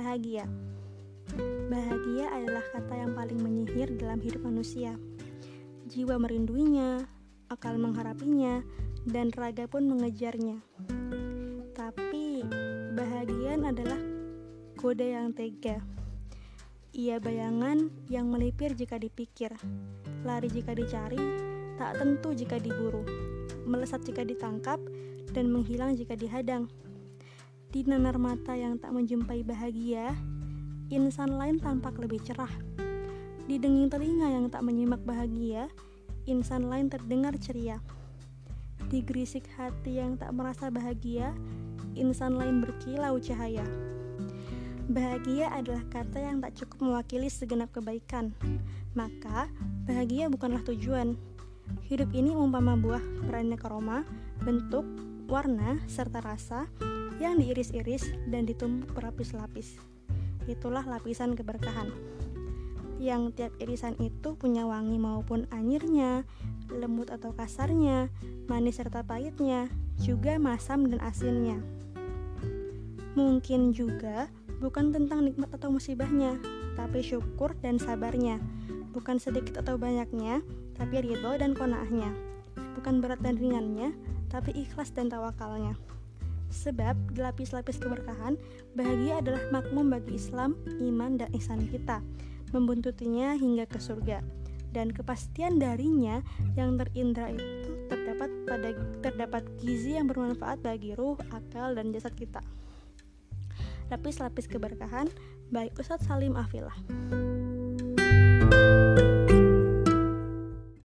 Bahagia. Bahagia adalah kata yang paling menyihir dalam hidup manusia. Jiwa merinduinya, akal mengharapinya, dan raga pun mengejarnya. Tapi bahagia adalah goda yang tega. Ia bayangan yang melipir jika dipikir, lari jika dicari, tak tentu jika diburu, melesat jika ditangkap, dan menghilang jika dihadang. Di nanar mata yang tak menjumpai bahagia, insan lain tampak lebih cerah. Di denging telinga yang tak menyimak bahagia, insan lain terdengar ceria. Di gerisik hati yang tak merasa bahagia, insan lain berkilau cahaya. Bahagia adalah kata yang tak cukup mewakili segenap kebaikan. Maka, bahagia bukanlah tujuan. Hidup ini umpama buah beraneka aroma, bentuk, warna, serta rasa yang diiris-iris dan ditumbuk berlapis-lapis. Itulah lapisan keberkahan. Yang tiap irisan itu punya wangi maupun anyirnya, lembut atau kasarnya, manis serta pahitnya, juga masam dan asinnya. Mungkin juga bukan tentang nikmat atau musibahnya, tapi syukur dan sabarnya. Bukan sedikit atau banyaknya, tapi ridho dan qanaahnya. Bukan berat dan ringannya, tapi ikhlas dan tawakalnya. Sebab di lapis-lapis keberkahan, bahagia adalah makmum bagi Islam, iman, dan ihsan kita, membuntutinya hingga ke surga. Dan kepastian darinya yang terindra itu terdapat gizi yang bermanfaat bagi ruh, akal, dan jasad kita. Lapis-lapis keberkahan by Ustadz Salim Afillah.